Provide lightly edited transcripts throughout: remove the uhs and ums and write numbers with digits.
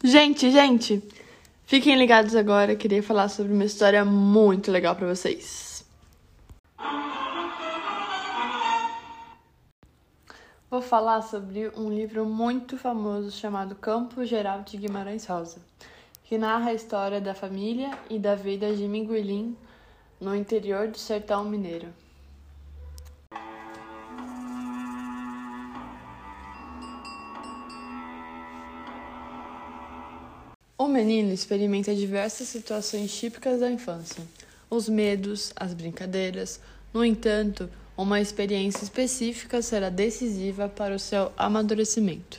Gente, fiquem ligados agora, eu queria falar sobre uma história muito legal pra vocês. Vou falar sobre um livro muito famoso chamado Campo Geral de Guimarães Rosa, que narra a história da família e da vida de Minguilim no interior do sertão mineiro. O menino experimenta diversas situações típicas da infância, os medos, as brincadeiras. No entanto, uma experiência específica será decisiva para o seu amadurecimento.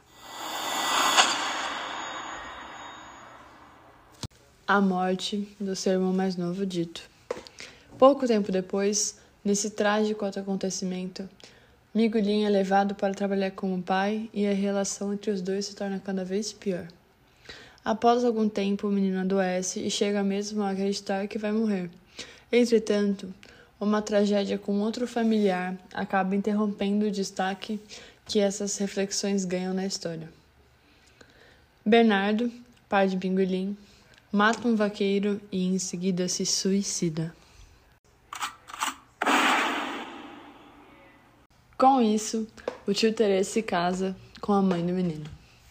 A morte do seu irmão mais novo, Dito. Pouco tempo depois, nesse trágico acontecimento, Minguilim é levado para trabalhar com o pai e a relação entre os dois se torna cada vez pior. Após algum tempo, o menino adoece e chega mesmo a acreditar que vai morrer. Entretanto, uma tragédia com outro familiar acaba interrompendo o destaque que essas reflexões ganham na história. Bernardo, pai de Minguilim, mata um vaqueiro e em seguida se suicida. Com isso, o tio Terê se casa com a mãe do menino.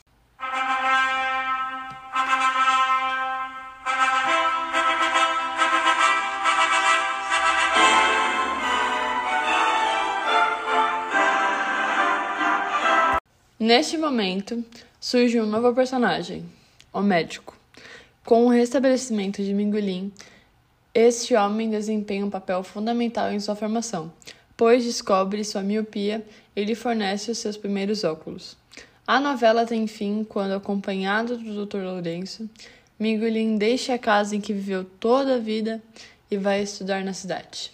Neste momento, surge um novo personagem, o médico. Com o restabelecimento de Minguilim, este homem desempenha um papel fundamental em sua formação, pois descobre sua miopia e lhe fornece os seus primeiros óculos. A novela tem fim quando, acompanhado do Dr. Lourenço, Minguilim deixa a casa em que viveu toda a vida e vai estudar na cidade.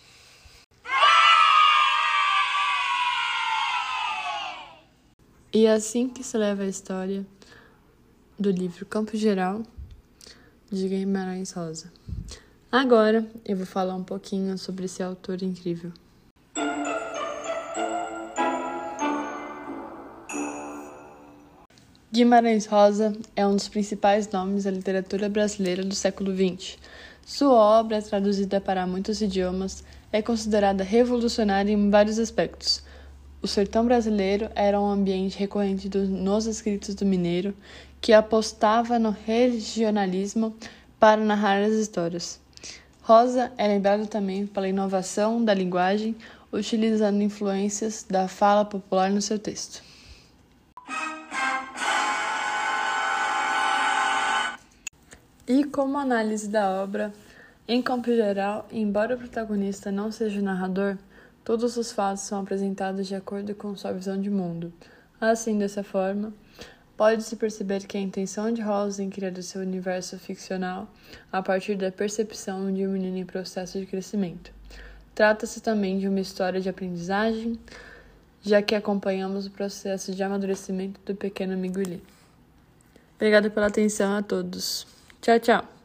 E é assim que se leva a história do livro Campo Geral de Guimarães Rosa. Agora eu vou falar um pouquinho sobre esse autor incrível. Guimarães Rosa é um dos principais nomes da literatura brasileira do século XX. Sua obra, traduzida para muitos idiomas, é considerada revolucionária em vários aspectos. O sertão brasileiro era um ambiente recorrente nos escritos do mineiro, que apostava no regionalismo para narrar as histórias. Rosa é lembrado também pela inovação da linguagem, utilizando influências da fala popular no seu texto. E como análise da obra, em Campo Geral, embora o protagonista não seja o narrador, todos os fatos são apresentados de acordo com sua visão de mundo. Assim, dessa forma, pode-se perceber que a intenção de Rosa em criar o seu universo ficcional a partir da percepção de um menino em processo de crescimento. Trata-se também de uma história de aprendizagem, já que acompanhamos o processo de amadurecimento do pequeno Minguilim. Obrigada pela atenção a todos. Tchau, tchau!